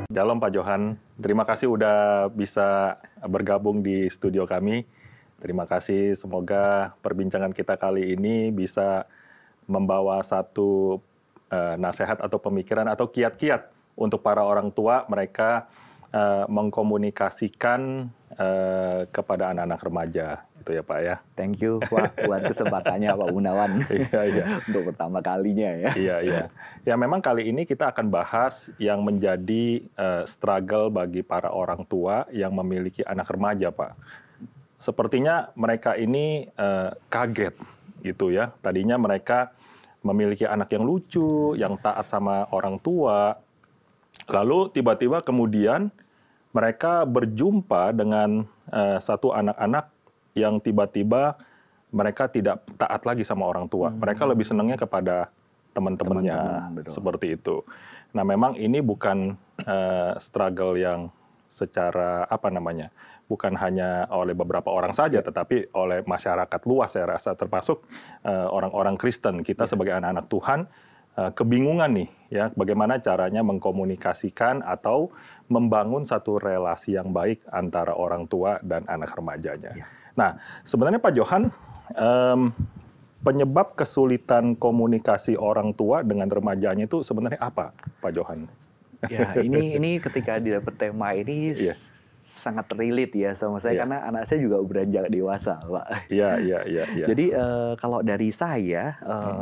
Shalom Pak Johan, terima kasih udah bisa bergabung di studio kami. Terima kasih, semoga perbincangan kita kali ini bisa membawa satu nasihat atau pemikiran atau kiat-kiat untuk para orang tua mereka mengkomunikasikan kepada anak-anak remaja. Itu ya Pak ya. Thank you Pak buat kesempatannya Pak Gunawan. Iya. Untuk pertama kalinya ya. Iya. Ya memang kali ini kita akan bahas yang menjadi struggle bagi para orang tua yang memiliki anak remaja Pak. Sepertinya mereka ini kaget gitu ya. Tadinya mereka memiliki anak yang lucu, yang taat sama orang tua. Lalu tiba-tiba kemudian mereka berjumpa dengan satu anak-anak yang tiba-tiba mereka tidak taat lagi sama orang tua. Mereka lebih senangnya kepada teman-temannya, seperti itu. Nah, memang ini bukan struggle yang secara bukan hanya oleh beberapa orang saja, tetapi oleh masyarakat luas saya rasa, termasuk orang-orang Kristen. Kita sebagai anak-anak Tuhan kebingungan nih ya, bagaimana caranya mengkomunikasikan atau membangun satu relasi yang baik antara orang tua dan anak remajanya. Nah, sebenarnya Pak Johan, penyebab kesulitan komunikasi orang tua dengan remajanya itu sebenarnya apa, Pak Johan? Ya, ini ketika didapat tema ini sangat relate ya sama saya karena anak saya juga beranjak dewasa, Pak. Iya. Jadi kalau dari saya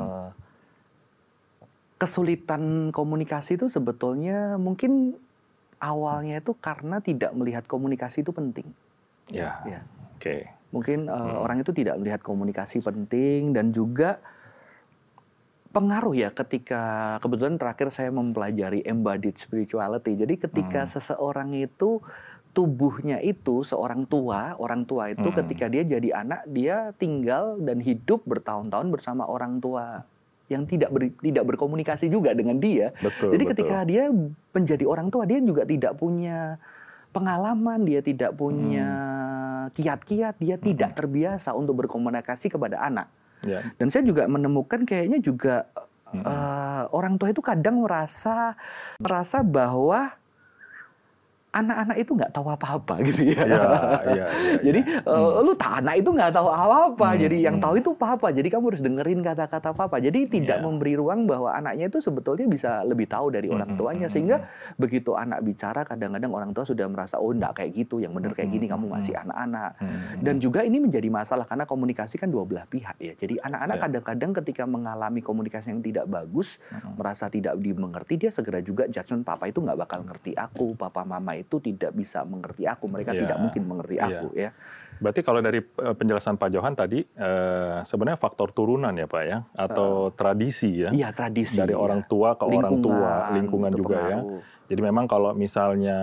kesulitan komunikasi itu sebetulnya mungkin awalnya itu karena tidak melihat komunikasi itu penting. Ya. Oke. Mungkin orang itu tidak melihat komunikasi penting dan juga pengaruh ya ketika kebetulan terakhir saya mempelajari embodied spirituality. Jadi ketika seseorang itu tubuhnya itu seorang tua, orang tua itu ketika dia jadi anak dia tinggal dan hidup bertahun-tahun bersama orang tua yang tidak berkomunikasi juga dengan dia. Jadi ketika dia menjadi orang tua dia juga tidak punya pengalaman, dia tidak punya kiat-kiat, dia tidak terbiasa untuk berkomunikasi kepada anak. Dan saya juga menemukan kayaknya juga orang tua itu kadang merasa bahwa anak-anak itu nggak tahu apa-apa gitu ya. Jadi lu anak itu nggak tahu apa-apa. Jadi yang tahu itu papa. Jadi kamu harus dengerin kata-kata papa. Jadi tidak memberi ruang bahwa anaknya itu sebetulnya bisa lebih tahu dari orang tuanya. Sehingga begitu anak bicara kadang-kadang orang tua sudah merasa oh enggak kayak gitu. Yang benar kayak gini, kamu masih anak-anak. Dan juga ini menjadi masalah karena komunikasi kan dua belah pihak ya. Jadi anak-anak kadang-kadang ketika mengalami komunikasi yang tidak bagus, merasa tidak dimengerti, dia segera juga judgment papa itu nggak bakal ngerti aku, papa mama itu tidak bisa mengerti aku, mereka tidak mungkin mengerti aku ya. Berarti kalau dari penjelasan Pak Johan tadi sebenarnya faktor turunan ya Pak ya, atau tradisi ya. Iya, tradisi. Dari orang tua ke orang tua, lingkungan juga ya. Jadi memang kalau misalnya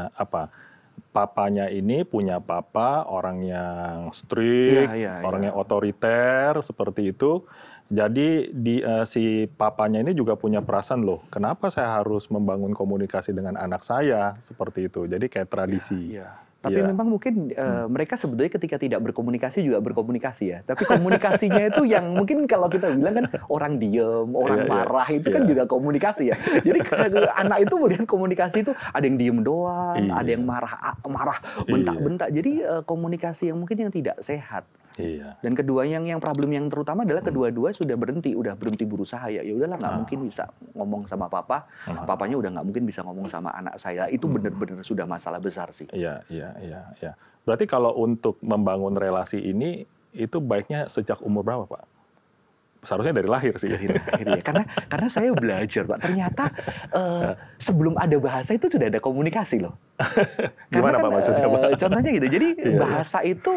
papanya ini punya papa orang yang strict, orang yang otoriter seperti itu. Jadi si papanya ini juga punya perasaan loh, kenapa saya harus membangun komunikasi dengan anak saya seperti itu. Jadi kayak tradisi. Tapi memang mungkin mereka sebetulnya ketika tidak berkomunikasi juga berkomunikasi ya. Tapi komunikasinya itu yang mungkin kalau kita bilang kan orang diem, orang marah itu kan juga komunikasi ya. Jadi anak itu melihat komunikasi itu ada yang diem doang, ada yang marah bentak-bentak. Jadi komunikasi yang mungkin yang tidak sehat. Dan kedua yang problem yang terutama adalah kedua-dua sudah berhenti berusaha ya udahlah nggak mungkin bisa ngomong sama papa, papanya udah nggak mungkin bisa ngomong sama anak saya, itu benar-benar sudah masalah besar sih. Iya. Berarti kalau untuk membangun relasi ini itu baiknya sejak umur berapa Pak? Seharusnya dari lahir sih. Dari lahir ya. Karena saya belajar Pak, ternyata sebelum ada bahasa itu sudah ada komunikasi loh. Gimana Pak maksudnya Pak? Contohnya gitu, jadi bahasa itu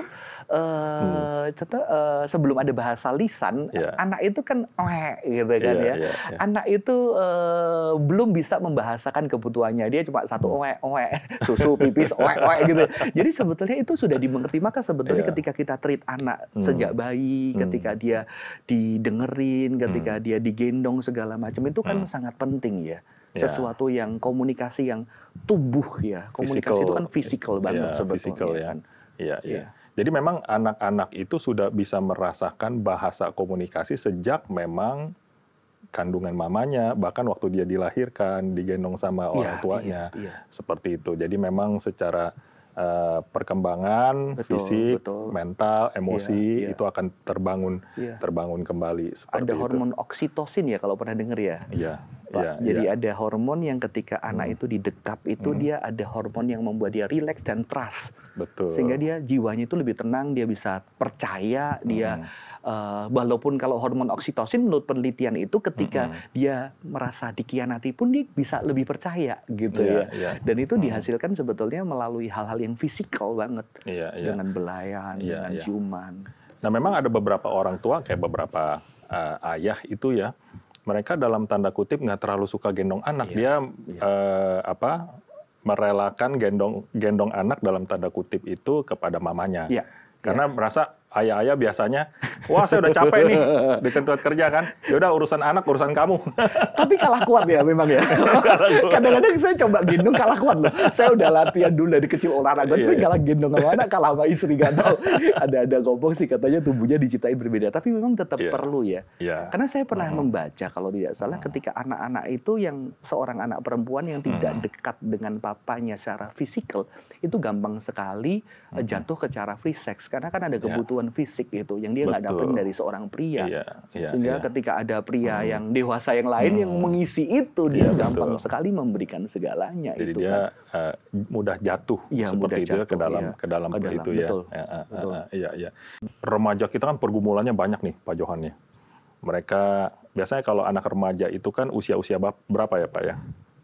sebelum ada bahasa lisan, anak itu kan gitu kan ya. Anak itu belum bisa membahasakan kebutuhannya, dia cuma satu susu, pipis, gitu. Jadi sebetulnya itu sudah dimengerti. Maka sebetulnya ketika kita treat anak sejak bayi, ketika dia didengerin, ketika dia digendong segala macam itu kan sangat penting ya. Sesuatu yang komunikasi yang tubuh ya. Komunikasi itu kan fisikal banget sebetulnya kan. Iya. Jadi memang anak-anak itu sudah bisa merasakan bahasa komunikasi sejak memang kandungan mamanya, bahkan waktu dia dilahirkan, digendong sama orang tuanya, seperti itu. Jadi memang secara perkembangan fisik, mental, emosi itu akan terbangun kembali seperti ada hormon oksitosin ya kalau pernah dengar ya. Jadi ada hormon yang ketika anak itu didekap itu dia ada hormon yang membuat dia rileks dan trust. Betul. Sehingga dia jiwanya itu lebih tenang, dia bisa percaya, dia walaupun kalau hormon oksitosin menurut penelitian itu ketika dia merasa dikhianati pun dia bisa lebih percaya gitu Dan itu dihasilkan sebetulnya melalui hal-hal yang fisikal banget. Dengan belayan, dengan ciuman. Nah, memang ada beberapa orang tua kayak beberapa ayah itu ya, mereka dalam tanda kutip nggak terlalu suka gendong anak. Dia merelakan gendong anak dalam tanda kutip itu kepada mamanya. Karena merasa ayah-ayah biasanya, wah saya udah capek nih di tempat kerja kan, ya udah urusan anak, urusan kamu. Tapi kalah kuat ya memang ya. Kadang-kadang saya coba gendong kalah kuat loh. Saya udah latihan dulu dari kecil olahraga, tapi kalah gendong sama anak, kalah sama istri, nggak tahu. Ada ngomong sih katanya tubuhnya diciptain berbeda, tapi memang tetap perlu ya. Karena saya pernah membaca kalau tidak salah ketika anak-anak itu yang seorang anak perempuan yang tidak dekat dengan papanya secara fisikal, itu gampang sekali jatuh ke cara free sex. Karena kan ada kebutuhan fisik itu yang dia nggak dapat dari seorang pria. Sehingga ketika ada pria yang dewasa yang lain yang mengisi itu, dia gampang sekali memberikan segalanya. Jadi itu dia mudah jatuh seperti itu ke dalam itu ya. Remaja kita kan pergumulannya banyak nih Pak Johan ya. Mereka biasanya kalau anak remaja itu kan usia-usia berapa ya Pak ya?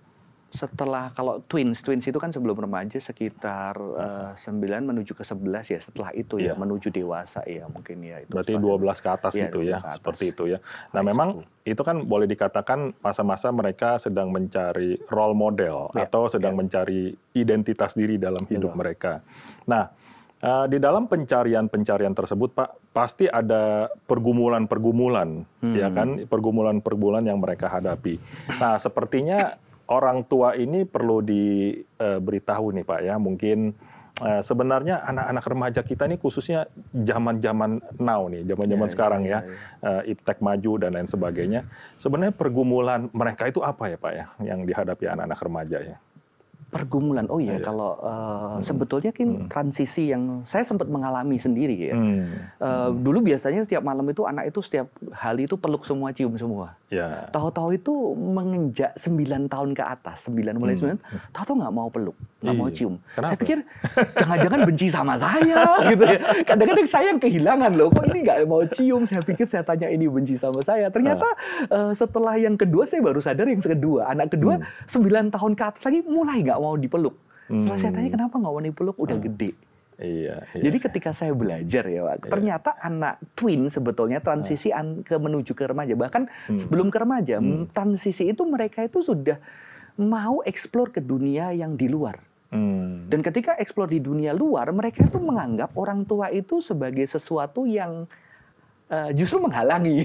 Setelah kalau twins itu kan sebelum remaja sekitar 9 menuju ke 11 ya, setelah itu ya menuju dewasa ya mungkin ya itu. Berarti 12 ke atas gitu ya, seperti itu ya. Nah, memang itu kan boleh dikatakan masa-masa mereka sedang mencari role model atau sedang mencari identitas diri dalam hidup mereka. Nah, di dalam pencarian tersebut Pak, pasti ada pergumulan-pergumulan ya kan, pergumulan-pergumulan yang mereka hadapi. Nah, sepertinya orang tua ini perlu diberitahu nih Pak ya, mungkin sebenarnya anak-anak remaja kita ini khususnya zaman-zaman now nih, zaman-zaman sekarang ya, iptek maju dan lain sebagainya. Sebenarnya pergumulan mereka itu apa ya Pak ya, yang dihadapi anak-anak remaja ya? Pergumulan, kalau sebetulnya kan transisi yang saya sempat mengalami sendiri ya. Dulu biasanya setiap malam itu anak itu setiap hari itu peluk semua, cium semua. Tahu-tahu itu menginjak 9 tahun ke atas, mulai 9, tahu-tahu nggak mau peluk, nggak mau cium. Kenapa? Saya pikir jangan-jangan benci sama saya gitu ya. Kadang-kadang saya yang kehilangan loh, kok ini nggak mau cium. Saya pikir saya tanya ini benci sama saya. Ternyata setelah yang kedua saya baru sadar yang kedua. Anak kedua 9 tahun ke atas lagi mulai nggak mau dipeluk. Setelah saya tanya kenapa nggak mau dipeluk, udah gede. Jadi ketika saya belajar ya, ternyata anak twin sebetulnya transisi menuju ke remaja. Bahkan sebelum ke remaja, transisi itu mereka itu sudah mau eksplor ke dunia yang di luar. Dan ketika eksplor di dunia luar, mereka itu menganggap orang tua itu sebagai sesuatu yang justru menghalangi.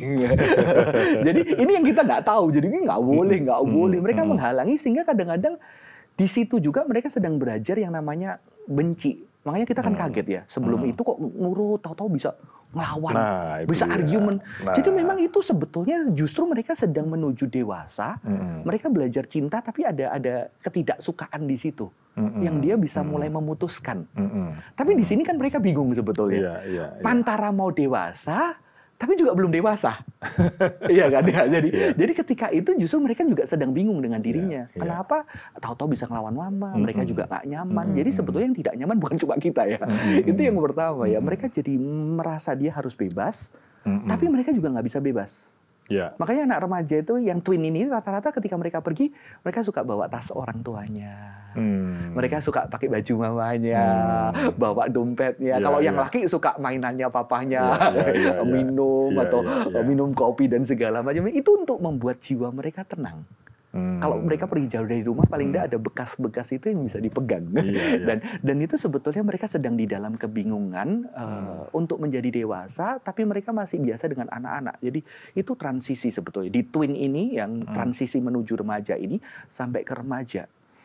Jadi ini yang kita nggak tahu. Jadi ini nggak boleh. Mereka menghalangi sehingga kadang-kadang di situ juga mereka sedang belajar yang namanya benci. Makanya kita kan kaget ya. Sebelum itu kok nurut, tahu-tahu bisa ngelawan, bisa argumen. Jadi memang itu sebetulnya justru mereka sedang menuju dewasa. Mereka belajar cinta, tapi ada ketidaksukaan di situ. Yang dia bisa mulai memutuskan. Tapi di sini kan mereka bingung sebetulnya. Antara mau dewasa, tapi juga belum dewasa. Iya kan? Jadi ketika itu justru mereka juga sedang bingung dengan dirinya. Kenapa? Tahu-tahu bisa ngelawan mama, mereka juga nggak nyaman. Jadi sebetulnya yang tidak nyaman bukan cuma kita ya. Itu yang pertama ya. Mereka jadi merasa dia harus bebas, tapi mereka juga nggak bisa bebas. Makanya anak remaja itu yang twin ini rata-rata ketika mereka pergi, mereka suka bawa tas orang tuanya. Mereka suka pakai baju mamanya, bawa dompetnya. Kalau yang laki suka mainannya papanya, minum atau minum kopi dan segala macam. Itu untuk membuat jiwa mereka tenang. Kalau mereka pergi jauh dari rumah, paling tidak ada bekas-bekas itu yang bisa dipegang. Dan itu sebetulnya mereka sedang di dalam kebingungan untuk menjadi dewasa, tapi mereka masih biasa dengan anak-anak. Jadi itu transisi sebetulnya. Di twin ini, yang transisi menuju remaja ini, sampai ke remaja.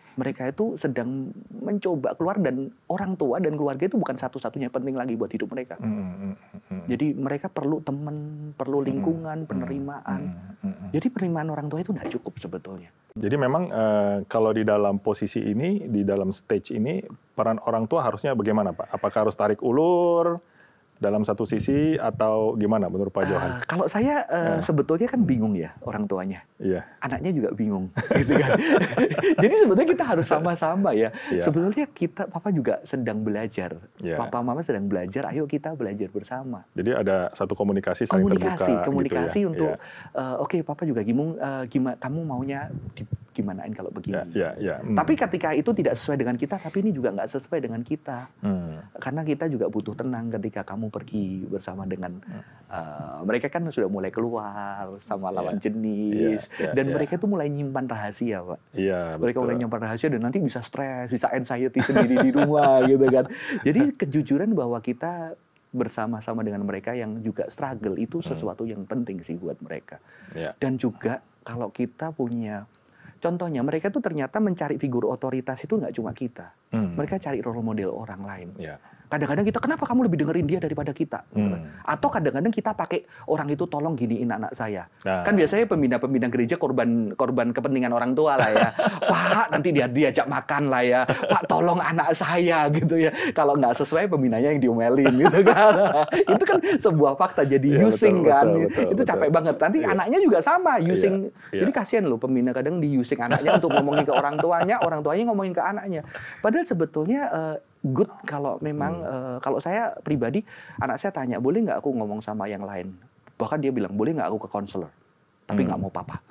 Mereka itu sedang mencoba keluar dan orang tua dan keluarga itu bukan satu-satunya penting lagi buat hidup mereka. Jadi mereka perlu teman, perlu lingkungan, penerimaan. Jadi penerimaan orang tua itu nggak cukup sebetulnya. Jadi memang kalau di dalam posisi ini, di dalam stage ini, peran orang tua harusnya bagaimana Pak? Apakah harus tarik ulur dalam satu sisi atau gimana menurut Pak Johan? Kalau saya sebetulnya kan bingung ya orang tuanya. Iya. Anaknya juga bingung, gitu kan. Jadi sebetulnya kita harus sama-sama ya. Iya. Sebetulnya Papa juga sedang belajar. Iya. Papa Mama sedang belajar, ayo kita belajar bersama. Jadi ada satu komunikasi saling terbuka. Komunikasi gitu ya? untuk, Iya. Oke, Papa juga gimana, kamu maunya gimanain kalau begini. Iya. Tapi ketika itu tidak sesuai dengan kita, tapi ini juga nggak sesuai dengan kita. Karena kita juga butuh tenang ketika kamu pergi bersama dengan mereka kan sudah mulai keluar sama lawan jenis. Dan mereka itu mulai nyimpan rahasia, Pak. Iya, mereka betul. mulai nyimpan rahasia dan nanti bisa stres, bisa anxiety sendiri di rumah gitu kan. Jadi kejujuran bahwa kita bersama-sama dengan mereka yang juga struggle itu sesuatu yang penting sih buat mereka. Iya. Dan juga kalau kita punya, contohnya mereka tuh ternyata mencari figur otoritas itu nggak cuma kita. Mereka cari role model orang lain. Iya. Kadang-kadang kita, kenapa kamu lebih dengerin dia daripada kita? Gitu kan. Atau kadang-kadang kita pakai orang itu, tolong giniin anak saya. Kan biasanya pembina-pembina gereja korban kepentingan orang tua lah ya. Pak, nanti dia diajak makan lah ya. Pak, tolong anak saya gitu ya. Kalau nggak sesuai pembinanya yang diomelin gitu kan. Itu kan sebuah fakta, jadi using kan. Itu capek banget. Nanti anaknya juga sama, using. Jadi kasihan loh pembina kadang di-using anaknya untuk ngomongin ke orang tuanya ngomongin ke anaknya. Padahal sebetulnya good kalau memang kalau saya pribadi, anak saya tanya, boleh nggak aku ngomong sama yang lain? Bahkan dia bilang, boleh nggak aku ke konselor? Tapi nggak mau papa.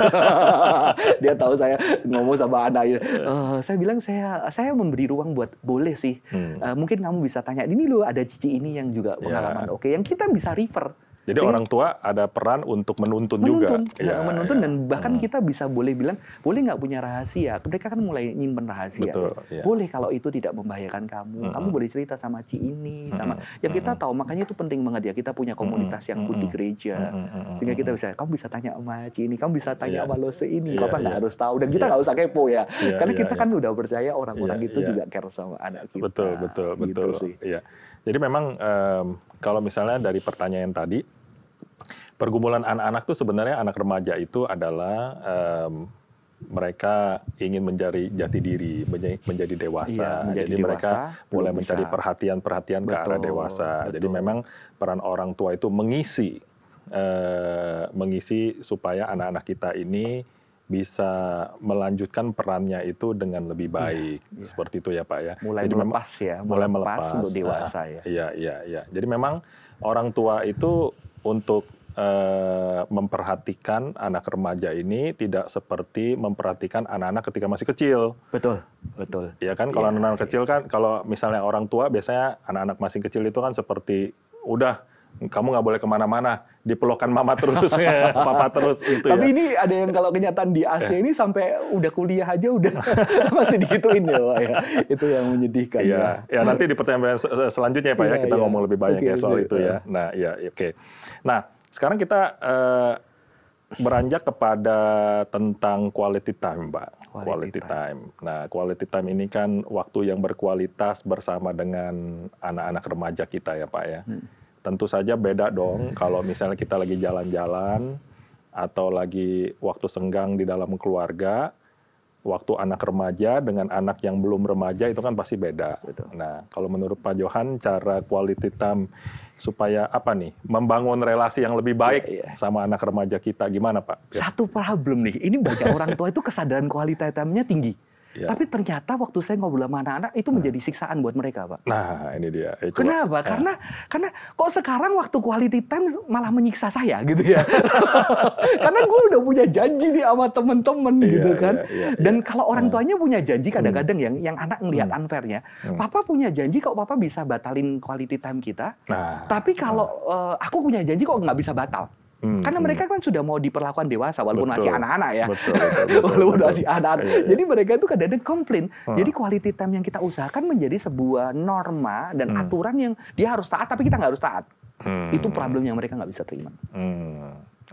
Dia tahu saya ngomong sama anaknya. Saya bilang saya memberi ruang buat boleh sih. Mungkin kamu bisa tanya, ini loh ada cici ini yang juga pengalaman oke, yang kita bisa refer. Jadi orang tua ada peran untuk menuntun juga. Menuntun dan bahkan kita bisa boleh bilang, boleh nggak punya rahasia? Mereka kan mulai nyimpen rahasia. Betul, boleh kalau itu tidak membahayakan kamu. Kamu boleh cerita sama Ci ini, sama yang kita tahu. Makanya itu penting banget ya, kita punya komunitas yang good di gereja. Sehingga kita bisa, kamu bisa tanya sama Ci ini, kamu bisa tanya sama Lose ini. Papa nggak harus tahu. Dan kita nggak usah kepo ya. Karena kita kan udah percaya orang-orang itu juga care sama anak kita. Betul. Gitu sih. Iya. Jadi memang kalau misalnya dari pertanyaan tadi, pergumulan anak-anak tuh sebenarnya anak remaja itu adalah mereka ingin mencari jati diri, menjadi dewasa. Jadi mereka mulai mencari perhatian ke arah dewasa. Jadi memang peran orang tua itu mengisi supaya anak-anak kita ini bisa melanjutkan perannya itu dengan lebih baik. Seperti itu ya Pak ya. Mulai melepas untuk dewasa ya. Iya. Jadi memang orang tua itu untuk memperhatikan anak remaja ini tidak seperti memperhatikan anak-anak ketika masih kecil. Betul. Ya kan, kalau anak-anak kecil kan, kalau misalnya orang tua biasanya anak-anak masih kecil itu kan seperti udah kamu nggak boleh kemana-mana, dipelukan mama terus, papa terus itu. Tapi ini ada yang kalau kenyataan di Asia ini sampai udah kuliah aja udah masih digituin ya Pak ya. Itu yang menyedihkan ya. Ya nanti di pertanyaan selanjutnya Pak ya kita ngomong lebih banyak soal itu ya. Nah oke. Nah sekarang kita beranjak kepada tentang quality time Pak. Quality time. Nah quality time ini kan waktu yang berkualitas bersama dengan anak-anak remaja kita ya Pak ya. Tentu saja beda dong kalau misalnya kita lagi jalan-jalan atau lagi waktu senggang di dalam keluarga, waktu anak remaja dengan anak yang belum remaja itu kan pasti beda. Betul. Nah, kalau menurut Pak Johan cara quality time supaya apa nih, membangun relasi yang lebih baik sama anak remaja kita gimana Pak? Satu problem nih, ini banyak orang tua itu kesadaran quality time-nya tinggi. Tapi ternyata waktu saya ngobrol sama anak-anak itu menjadi siksaan buat mereka, Pak. Nah, ini dia. Kenapa? Karena kok sekarang waktu quality time malah menyiksa saya gitu ya. Karena gue udah punya janji nih sama temen-temen gitu kan. Dan kalau orang tuanya punya janji kadang-kadang yang anak ngelihat unfairnya, papa punya janji kok papa bisa batalin quality time kita. Tapi kalau aku punya janji kok nggak bisa batal. Karena mereka kan sudah mau diperlakukan dewasa walaupun masih anak-anak ya. Walaupun masih anak-anak. Jadi mereka itu kadang-kadang komplain. Jadi quality time yang kita usahakan menjadi sebuah norma dan aturan yang dia harus taat tapi kita nggak harus taat. Itu problem yang mereka nggak bisa terima.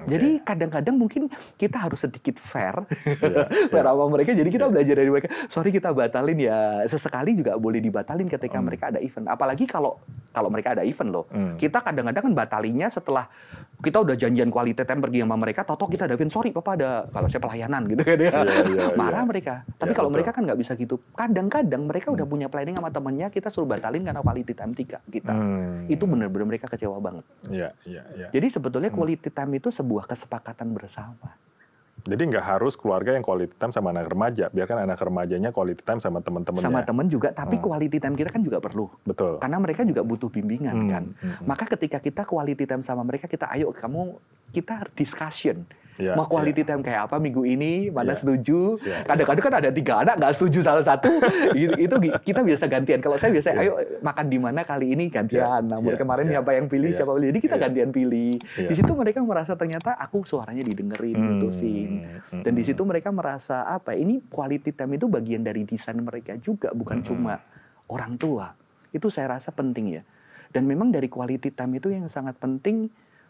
Jadi kadang-kadang mungkin kita harus sedikit fair, Iya. sama mereka. Jadi kita belajar dari mereka. Sorry kita batalin ya. Sesekali juga boleh dibatalin ketika mereka ada event. Apalagi kalau mereka ada event loh. Kita kadang-kadang kan batalinnya setelah kita udah janjian quality time pergi sama mereka. Toto kita ada event. Sorry papa ada, kalau saya pelayanan gitu kan ya. Marah mereka. Tapi kalau mereka kan nggak bisa gitu. Kadang-kadang mereka udah punya planning sama temennya. Kita suruh batalin karena quality time kita. Itu benar-benar mereka kecewa banget. Jadi sebetulnya quality time itu sebuah kesepakatan bersama. Jadi nggak harus keluarga yang quality time sama anak remaja, biarkan anak remajanya quality time sama teman-temannya. Sama teman juga, tapi quality time kita kan juga perlu. Betul. Karena mereka juga butuh bimbingan kan. Maka ketika kita quality time sama mereka, kita kita discussion. Mau quality time kayak apa minggu ini, mana setuju. Kadang-kadang kan ada 3 anak nggak setuju salah satu. Itu kita biasa gantian. Kalau saya biasa, ayo makan di mana kali ini gantian. Namun kemarin siapa yang pilih, siapa pilih. Jadi kita gantian pilih. Di situ mereka merasa ternyata aku suaranya didengerin, mutusin. Dan di situ mereka merasa ini quality time itu bagian dari desain mereka juga, bukan cuma orang tua. Itu saya rasa penting ya. Dan memang dari quality time itu yang sangat penting,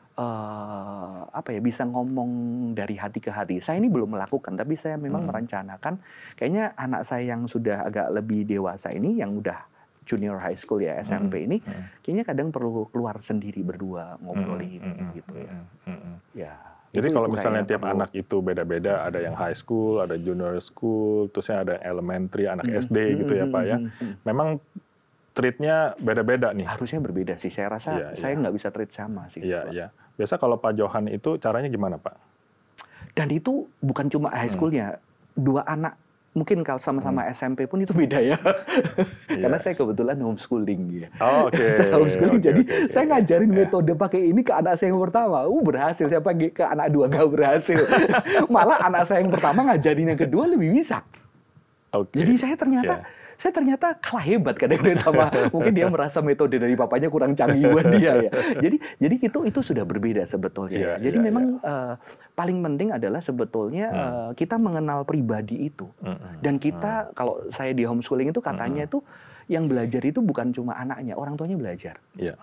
bisa ngomong dari hati ke hati. Saya ini belum melakukan, tapi saya memang merencanakan. Kayaknya anak saya yang sudah agak lebih dewasa ini, yang udah junior high school ya, SMP ini, kayaknya kadang perlu keluar sendiri berdua ngobrolin gitu ya. Ya. Jadi kalau misalnya tiap anak itu beda-beda, ada yang high school, ada junior school, terusnya ada elementary, anak SD gitu ya Pak ya. Memang treatnya beda-beda nih. Harusnya berbeda sih. Saya rasa saya nggak bisa treat sama sih. Iya. Biasa kalau Pak Johan itu caranya gimana Pak? Dan itu bukan cuma high school-nya. 2 anak mungkin kalau sama-sama SMP pun itu beda ya. Karena saya kebetulan homeschooling ya. Saya homeschooling, jadi saya ngajarin metode pakai ini ke anak saya yang pertama. Berhasil. Saya pakai ke anak 2 nggak berhasil. Malah anak saya yang pertama ngajarin yang kedua lebih bisa. Jadi saya ternyata kalah hebat kadang-kadang sama, mungkin dia merasa metode dari papanya kurang canggih buat dia ya. Jadi itu sudah berbeda sebetulnya. Jadi memang paling penting adalah sebetulnya kita mengenal pribadi itu. Dan kita kalau saya di homeschooling itu katanya itu yang belajar itu bukan cuma anaknya, orang tuanya belajar.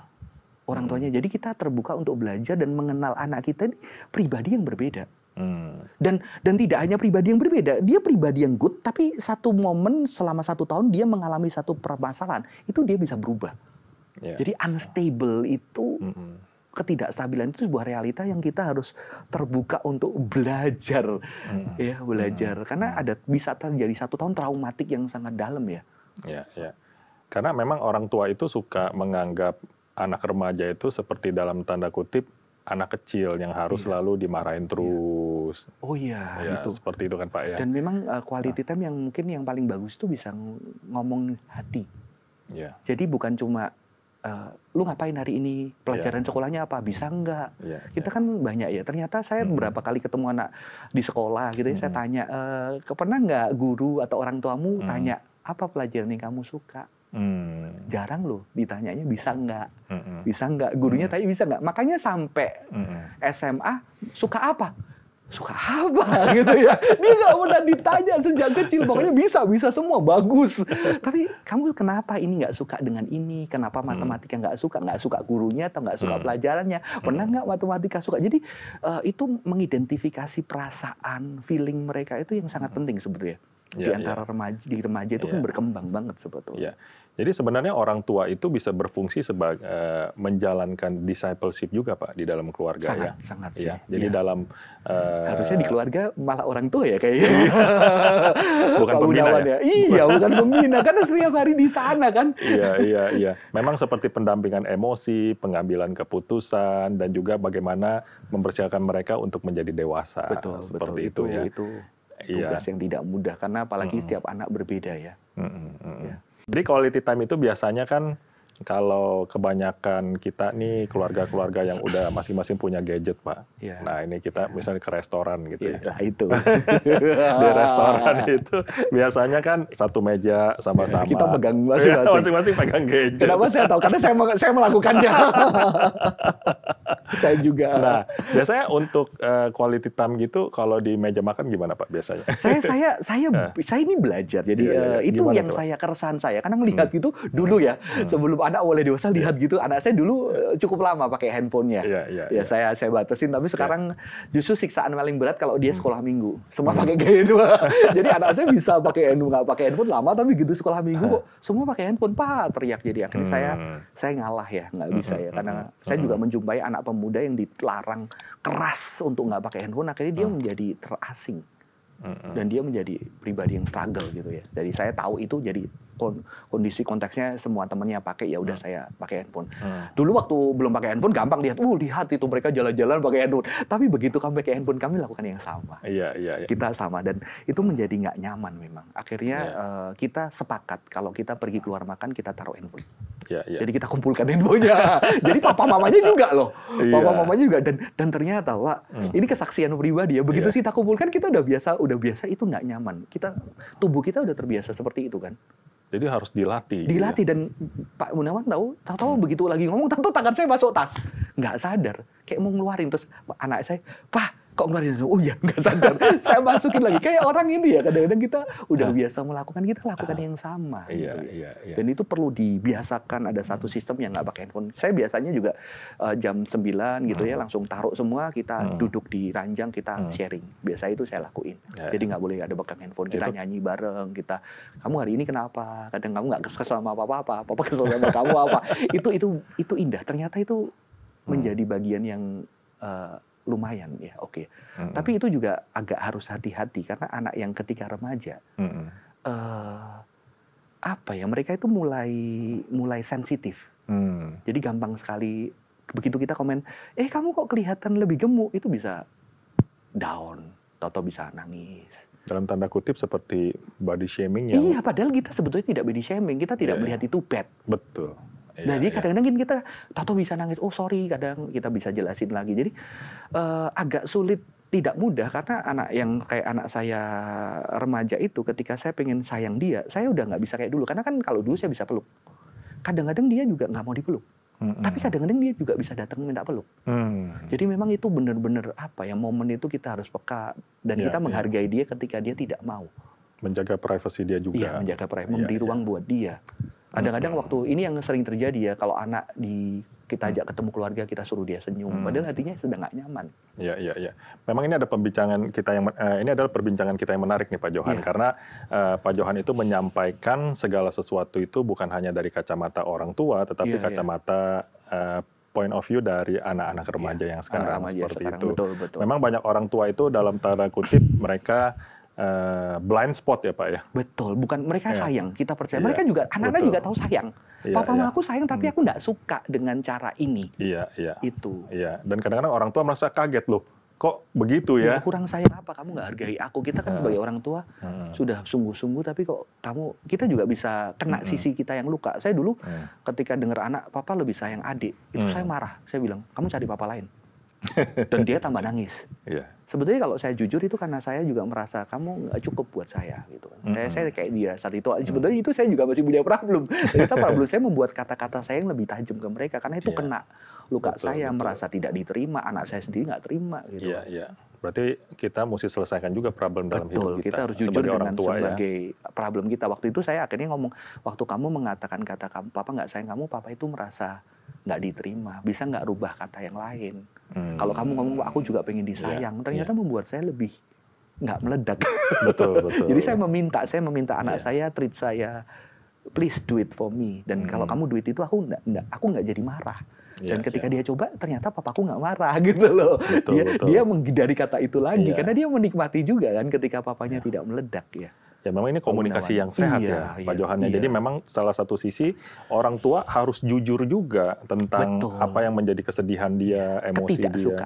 Orang tuanya. Jadi kita terbuka untuk belajar dan mengenal anak kita ini pribadi yang berbeda. Dan tidak hanya pribadi yang berbeda, dia pribadi yang good, tapi satu momen selama 1 tahun dia mengalami satu permasalahan, itu dia bisa berubah. Jadi unstable itu, ketidakstabilan itu sebuah realita yang kita harus terbuka untuk belajar, belajar. Karena bisa terjadi 1 tahun traumatik yang sangat dalam ya. Karena memang orang tua itu suka menganggap anak remaja itu seperti dalam tanda kutip anak kecil yang harus selalu dimarahin terus. Itu. Seperti itu kan Pak ya. Dan memang quality time yang mungkin yang paling bagus itu bisa ngomong hati. Jadi bukan cuma lu ngapain hari ini, pelajaran sekolahnya apa, bisa enggak? Kita kan banyak ya. Ternyata saya beberapa kali ketemu anak di sekolah gitu ya, saya tanya, pernah nggak guru atau orang tuamu tanya apa pelajaran yang kamu suka? Jarang loh ditanyanya bisa nggak, gurunya tanya bisa nggak, makanya sampai SMA suka apa gitu ya, dia nggak pernah ditanya sejak kecil, pokoknya bisa semua bagus, tapi kamu kenapa ini nggak suka dengan ini, kenapa matematika nggak suka gurunya atau nggak suka pelajarannya, pernah nggak matematika suka. Jadi itu mengidentifikasi perasaan, feeling mereka itu yang sangat penting sebetulnya. Di antara remaja itu kan berkembang banget sebetulnya. Jadi sebenarnya orang tua itu bisa berfungsi sebagai menjalankan discipleship juga Pak di dalam keluarga sangat sih. Jadi dalam harusnya di keluarga malah orang tua ya kayaknya. Bukan pembina ya. Iya, bukan pembina karena setiap hari di sana kan. Iya. Memang seperti pendampingan emosi, pengambilan keputusan dan juga bagaimana mempersiapkan mereka untuk menjadi dewasa. Betul, itu ya. Itu tugas yang tidak mudah karena apalagi setiap anak berbeda ya. Jadi quality time itu biasanya kan kalau kebanyakan kita nih keluarga-keluarga yang udah masing-masing punya gadget Pak. Nah ini kita misalnya ke restoran gitu ya. Itu. Di restoran itu biasanya kan satu meja sama-sama. Kita pegang masing-masing. Masing-masing pegang gadget. Kenapa saya tahu? Karena saya melakukannya. Saya juga. Nah, biasanya untuk quality time gitu, kalau di meja makan gimana Pak biasanya? Saya ini belajar. Jadi itu Gimana yang tuh, Pak? saya keresahan saya. Karena ngelihat gitu dulu ya, sebelum anak mulai dewasa lihat gitu. Anak saya dulu cukup lama pakai handphonenya. Ya saya batasin. Tapi sekarang justru siksaan paling berat kalau dia sekolah minggu. Semua pakai handphone. Jadi anak saya bisa pakai handphone, nggak pakai handphone lama, tapi gitu sekolah minggu kok semua pakai handphone, Pak, teriak. Jadi akhirnya saya ngalah ya, nggak bisa ya. Karena saya juga menjumpai anak pemuda yang dilarang keras untuk nggak pakai handphone, akhirnya dia menjadi terasing. Dan dia menjadi pribadi yang struggle gitu ya. Jadi saya tahu itu, jadi kondisi konteksnya semua temennya pakai, ya udah saya pakai handphone. Dulu waktu belum pakai handphone gampang lihat itu mereka jalan-jalan pakai handphone. Tapi begitu kami pakai handphone, kami lakukan yang sama. Iya. Kita sama, dan itu menjadi nggak nyaman memang. Akhirnya kita sepakat kalau kita pergi keluar makan kita taruh handphone. Jadi kita kumpulkan handphonenya. Jadi papa mamanya juga loh. Papa mamanya juga, dan ternyata Pak, ini kesaksian pribadi ya. Begitu kita kumpulkan, kita udah biasa itu nggak nyaman. Tubuh kita udah terbiasa seperti itu kan. Jadi harus dilatih. Dilatih ya? Dan Pak Gunawan tahu begitu lagi ngomong, tahu tangan saya masuk tas, nggak sadar, kayak mau ngeluarin, terus anak saya, Pak, kok ngeluarin? Oh iya, nggak sadar. Saya masukin lagi, kayak orang ini ya, kadang-kadang kita udah biasa melakukan, kita lakukan yang sama. Gitu ya. Dan itu perlu dibiasakan, ada satu sistem yang nggak pakai handphone. Saya biasanya juga jam 9 gitu ya, langsung taruh semua, kita duduk di ranjang, kita sharing. Biasa itu saya lakuin. Jadi nggak boleh ada pegang handphone, kita nyanyi bareng, kamu hari ini kenapa? Kadang kamu nggak kesel sama papa kesel sama kamu apa? Itu indah. Ternyata itu menjadi bagian yang lumayan ya, oke. Tapi itu juga agak harus hati-hati karena anak yang ketika remaja, mereka itu mulai sensitif. Jadi gampang sekali begitu kita komen, kamu kok kelihatan lebih gemuk, itu bisa down, atau bisa nangis. Dalam tanda kutip seperti body shaming yang... Iya, padahal kita sebetulnya tidak body shaming, kita tidak melihat itu bad. Betul. Nah, jadi kadang-kadang kita tato bisa nangis, oh sorry, kadang kita bisa jelasin lagi. Jadi agak sulit, tidak mudah, karena anak yang kayak anak saya remaja itu, ketika saya pengen sayang dia, saya udah nggak bisa kayak dulu. Karena kan kalau dulu saya bisa peluk. Kadang-kadang dia juga nggak mau dipeluk. Tapi kadang-kadang dia juga bisa datang minta peluk. Jadi memang itu benar-benar momen itu kita harus peka, dan kita menghargai dia ketika dia tidak mau. Menjaga privasi dia juga. Iya, menjaga privasi, memberi ruang buat dia. Kadang-kadang waktu ini yang sering terjadi ya, kalau anak kita ajak ketemu keluarga, kita suruh dia senyum, padahal hatinya sudah nggak nyaman. Iya. Memang ini ada ini adalah perbincangan kita yang menarik nih Pak Johan, karena Pak Johan itu menyampaikan segala sesuatu itu bukan hanya dari kacamata orang tua, tetapi kacamata point of view dari anak-anak remaja yang sekarang seperti itu. Betul. Memang banyak orang tua itu dalam tanda kutip mereka blind spot ya Pak ya. Betul, bukan mereka sayang, kita percaya. Mereka juga, anak-anak juga tahu sayang. Papa mama aku sayang, tapi aku nggak suka dengan cara ini. Iya. Itu. Iya. Dan kadang-kadang orang tua merasa kaget loh, kok begitu ya? Kurang sayang apa? Kamu nggak hargai aku. Kita kan sebagai orang tua sudah sungguh-sungguh, tapi kok kita juga bisa kena sisi kita yang luka. Saya dulu ketika dengar anak, papa lebih sayang adik, itu saya marah. Saya bilang, kamu cari papa lain. Dan dia tambah nangis. Sebetulnya kalau saya jujur itu karena saya juga merasa kamu nggak cukup buat saya gitu. Saya kayak dia saat itu. Sebetulnya itu saya juga masih punya problem. Ternyata problem saya membuat kata-kata saya yang lebih tajam ke mereka, karena itu kena luka saya, merasa tidak diterima, anak saya sendiri nggak terima gitu. Iya. Berarti kita mesti selesaikan juga problem dalam hidup kita. Kita harus jujur dengan sebagai problem kita. Waktu itu saya akhirnya ngomong, waktu kamu mengatakan kata kamu, papa nggak sayang kamu, papa itu merasa nggak diterima. Bisa nggak rubah kata yang lain? Kalau kamu ngomong, aku juga pengen disayang, ternyata membuat saya lebih nggak meledak. Betul. Jadi saya meminta anak saya, treat saya, please do it for me. Dan kalau kamu do it itu aku nggak jadi marah. Dan ketika dia coba, ternyata papaku nggak marah gitu loh. Dia menghindari kata itu lagi, karena dia menikmati juga kan ketika papanya tidak meledak ya. Ya memang ini komunikasi yang sehat Pak Johan. Jadi memang salah satu sisi orang tua harus jujur juga tentang apa yang menjadi kesedihan dia, emosi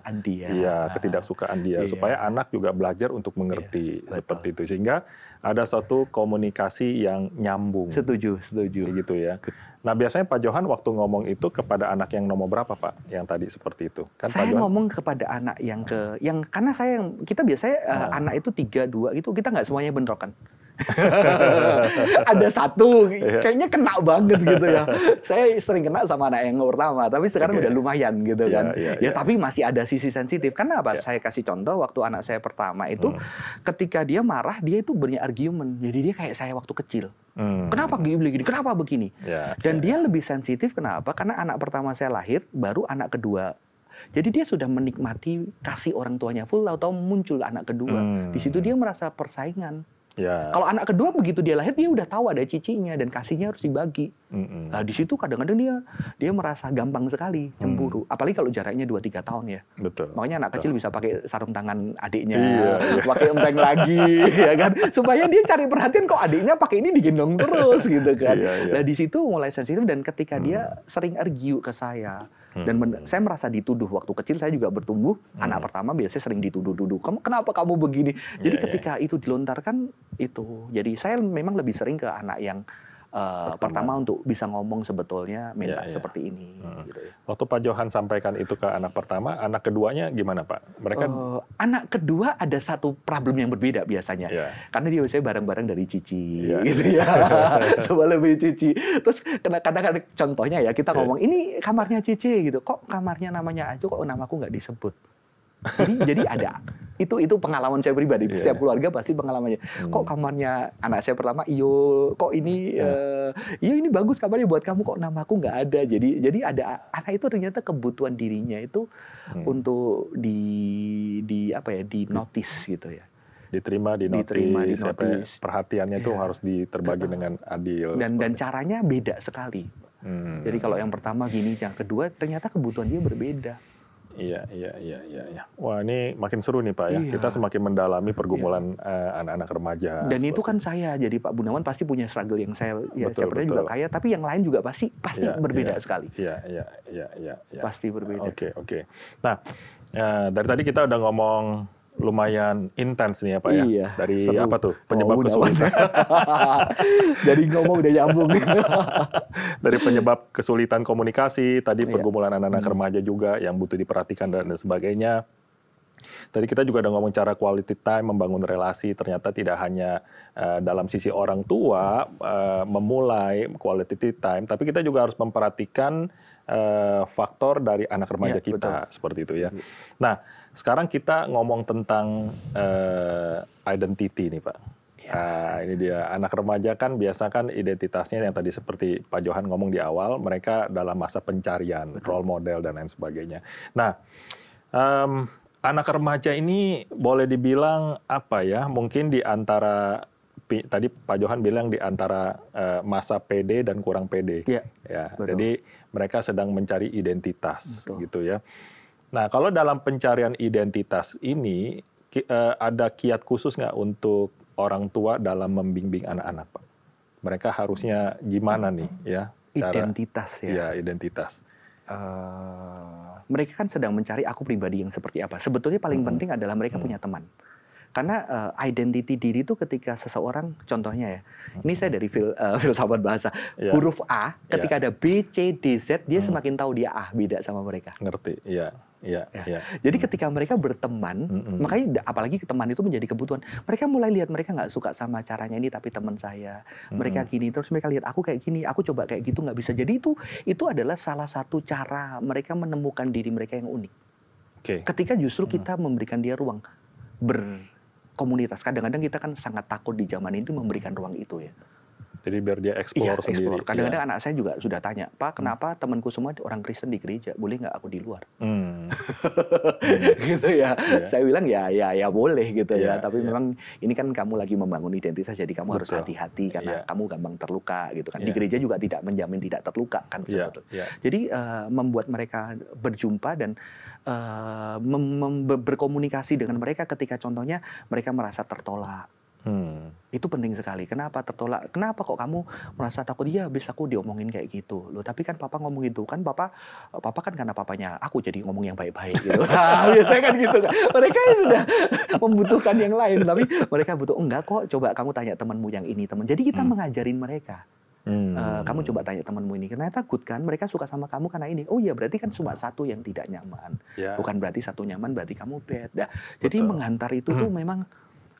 dia, ketidaksukaan dia, supaya anak juga belajar untuk mengerti seperti itu, sehingga ada satu komunikasi yang nyambung. Setuju. Gitu ya. Nah biasanya Pak Johan waktu ngomong itu kepada anak yang nomor berapa Pak? Yang tadi seperti itu. Kan saya ngomong kepada anak yang karena kita biasanya anak itu 3, 2 gitu, kita nggak semuanya bentrokan. Ada satu, kayaknya kena banget gitu ya. Saya sering kena sama anak yang pertama, tapi sekarang udah lumayan gitu kan. Tapi masih ada sisi sensitif. Karena apa? Saya kasih contoh waktu anak saya pertama itu, ketika dia marah, dia itu banyak argumen. Jadi dia kayak saya waktu kecil. Kenapa begini? Kenapa begini? Dan dia lebih sensitif, kenapa? Karena anak pertama saya lahir, baru anak kedua. Jadi dia sudah menikmati kasih orang tuanya full, atau muncul anak kedua. Di situ dia merasa persaingan. Kalau anak kedua begitu dia lahir, dia udah tahu ada cicinya dan kasihnya harus dibagi. Nah, di situ kadang-kadang dia merasa gampang sekali cemburu. Apalagi kalau jaraknya 2-3 tahun ya. Betul. Makanya anak kecil bisa pakai sarung tangan adiknya, pakai empeng lagi, ya kan? Supaya dia cari perhatian, kok adiknya pakai ini digendong terus gitu kan. Nah, di situ mulai sensitif, dan ketika dia sering argue ke saya. Dan saya merasa dituduh waktu kecil. Saya juga bertumbuh, anak pertama biasanya sering dituduh-tuduh, kenapa kamu begini. Jadi ketika itu dilontarkan itu, jadi saya memang lebih sering ke anak yang pertama untuk bisa ngomong sebetulnya minta seperti ini. Gitu ya. Waktu Pak Johan sampaikan itu ke anak pertama, anak keduanya gimana Pak? Mereka anak kedua ada satu problem yang berbeda biasanya, karena dia biasanya bareng-bareng dari cici, gitu ya. Coba lebih cici. Terus kadang-kadang contohnya ya kita ngomong ini kamarnya cici gitu, kok kamarnya namanya Ajo, kok namaku nggak disebut. Jadi ada itu pengalaman saya pribadi. Setiap keluarga pasti pengalamannya. Kok kamarnya anak saya pertama, kok ini ini bagus kamarnya buat kamu, kok namaku nggak ada. Jadi ada anak itu ternyata kebutuhan dirinya itu untuk di notice gitu ya. Diterima, di notice. Perhatiannya itu harus terbagi dengan adil. Dan caranya beda sekali. Jadi kalau yang pertama gini, yang kedua ternyata kebutuhan dia berbeda. Iya. Wah, ini makin seru nih Pak ya. Kita semakin mendalami pergumulan anak-anak remaja. Dan itu kan saya, jadi Pak Gunawan pasti punya struggle yang saya, sepertinya juga kaya, tapi yang lain juga pasti berbeda sekali. Iya. Pasti berbeda. Oke. Nah, dari tadi kita udah ngomong lumayan intens nih ya Pak ya. Dari seru. Apa tuh? Penyebab kesulitan. Dari ngomong udah nyambung. Dari penyebab kesulitan komunikasi, tadi pergumulan anak-anak remaja juga yang butuh diperhatikan dan sebagainya. Tadi kita juga udah ngomong cara quality time, membangun relasi, ternyata tidak hanya dalam sisi orang tua memulai quality time, tapi kita juga harus memperhatikan faktor dari anak remaja kita, seperti itu ya. Nah, sekarang kita ngomong tentang identity nih Pak. Nah, ini dia, anak remaja kan biasa kan identitasnya yang tadi seperti Pak Johan ngomong di awal, mereka dalam masa pencarian, role model dan lain sebagainya. Nah, anak remaja ini boleh dibilang apa ya, mungkin di antara, tadi Pak Johan bilang di antara masa pede dan kurang pede. Jadi mereka sedang mencari identitas. Gitu ya. Nah, kalau dalam pencarian identitas ini, ada kiat khusus nggak untuk orang tua dalam membimbing anak-anak, Pak? Mereka harusnya gimana nih, ya? Identitas ya. Iya, identitas. Mereka kan sedang mencari aku pribadi yang seperti apa. Sebetulnya paling penting adalah mereka punya teman. Karena identity diri itu ketika seseorang, contohnya ya, ini saya dari filsafat bahasa, huruf A, ketika ada B, C, D, Z, dia semakin tahu dia A, beda sama mereka. Ngerti, iya. Jadi ketika mereka berteman, makanya apalagi teman itu menjadi kebutuhan. Mereka mulai lihat mereka nggak suka sama caranya ini, tapi teman saya, mereka gini, terus mereka lihat aku kayak gini, aku coba kayak gitu nggak bisa. Jadi itu adalah salah satu cara mereka menemukan diri mereka yang unik. Ketika justru kita memberikan dia ruang berkomunitas. Kadang-kadang kita kan sangat takut di zaman ini memberikan ruang itu ya. Jadi biar dia explore sendiri. Kadang-kadang anak saya juga sudah tanya, Pak, kenapa temanku semua orang Kristen di gereja, boleh nggak aku di luar? Gitu ya. Saya bilang ya boleh gitu ya. Tapi memang ini kan kamu lagi membangun identitas, jadi kamu harus hati-hati karena kamu gampang terluka gitu kan. Di gereja juga tidak menjamin tidak terluka kan sebetulnya. Jadi membuat mereka berjumpa dan berkomunikasi dengan mereka ketika contohnya mereka merasa tertolak. Itu penting sekali. Kenapa tertolak? Kenapa kok kamu merasa takut? Ya, habis aku diomongin kayak gitu. Loh, tapi kan papa ngomong gitu. Kan papa kan karena papanya aku jadi ngomong yang baik-baik gitu. Biasanya kan gitu kan. Mereka sudah membutuhkan yang lain, tapi mereka butuh enggak kok. Coba kamu tanya temanmu yang ini, teman. Jadi kita mengajarin mereka. Kamu coba tanya temanmu ini, ternyata good kan, mereka suka sama kamu karena ini. Oh iya, berarti kan cuma satu yang tidak nyaman. Bukan berarti satu nyaman berarti kamu bad. Nah, jadi menghantar itu tuh memang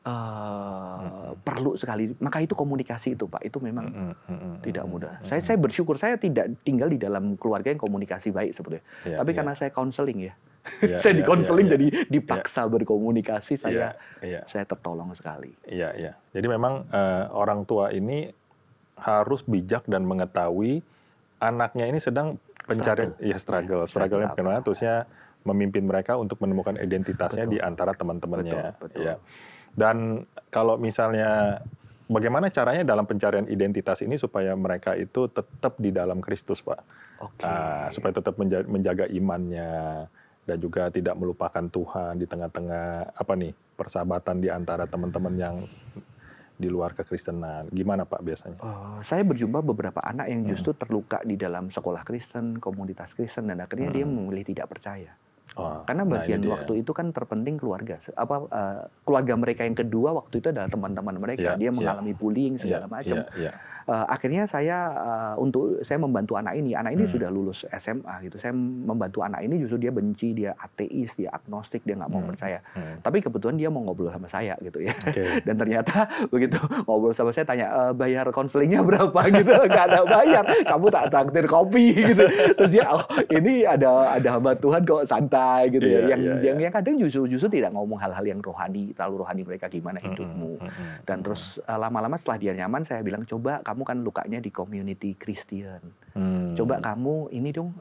perlu sekali. Maka itu komunikasi itu Pak, itu memang tidak mudah. Saya bersyukur saya tidak tinggal di dalam keluarga yang komunikasi baik sebetulnya. Tapi karena saya konseling ya, saya dikonseling jadi dipaksa berkomunikasi. Saya tertolong sekali. Iya. Jadi memang orang tua ini harus bijak dan mengetahui anaknya ini sedang pencarian, struggle-nya bagaimana, terusnya memimpin mereka untuk menemukan identitasnya di antara teman-temannya. Betul. Dan kalau misalnya bagaimana caranya dalam pencarian identitas ini supaya mereka itu tetap di dalam Kristus, Pak? Supaya tetap menjaga imannya dan juga tidak melupakan Tuhan di tengah-tengah persahabatan di antara teman-teman yang di luar kekristenan. Gimana Pak biasanya? Saya berjumpa beberapa anak yang justru terluka di dalam sekolah Kristen, komunitas Kristen, dan akhirnya dia memilih tidak percaya. Karena bagian waktu itu kan terpenting keluarga. Keluarga mereka yang kedua waktu itu adalah teman-teman mereka. Dia mengalami bullying segala macam. Akhirnya saya membantu anak ini. Anak ini sudah lulus SMA gitu. Saya membantu anak ini, justru dia benci, dia ateis, dia agnostik, dia nggak mau percaya. Tapi kebetulan dia mau ngobrol sama saya gitu ya. Dan ternyata begitu ngobrol sama saya, tanya bayar konselingnya berapa gitu. Nggak ada bayar. Kamu tak traktir kopi gitu. Terus dia, ini ada hamba Tuhan kok, santai gitu ya. Yang kadang justru tidak ngomong hal-hal yang rohani, terlalu rohani mereka, gimana hidupmu. Dan terus lama-lama setelah dia nyaman, saya bilang, coba kamu kan lukanya di community Kristen. Coba kamu ini dong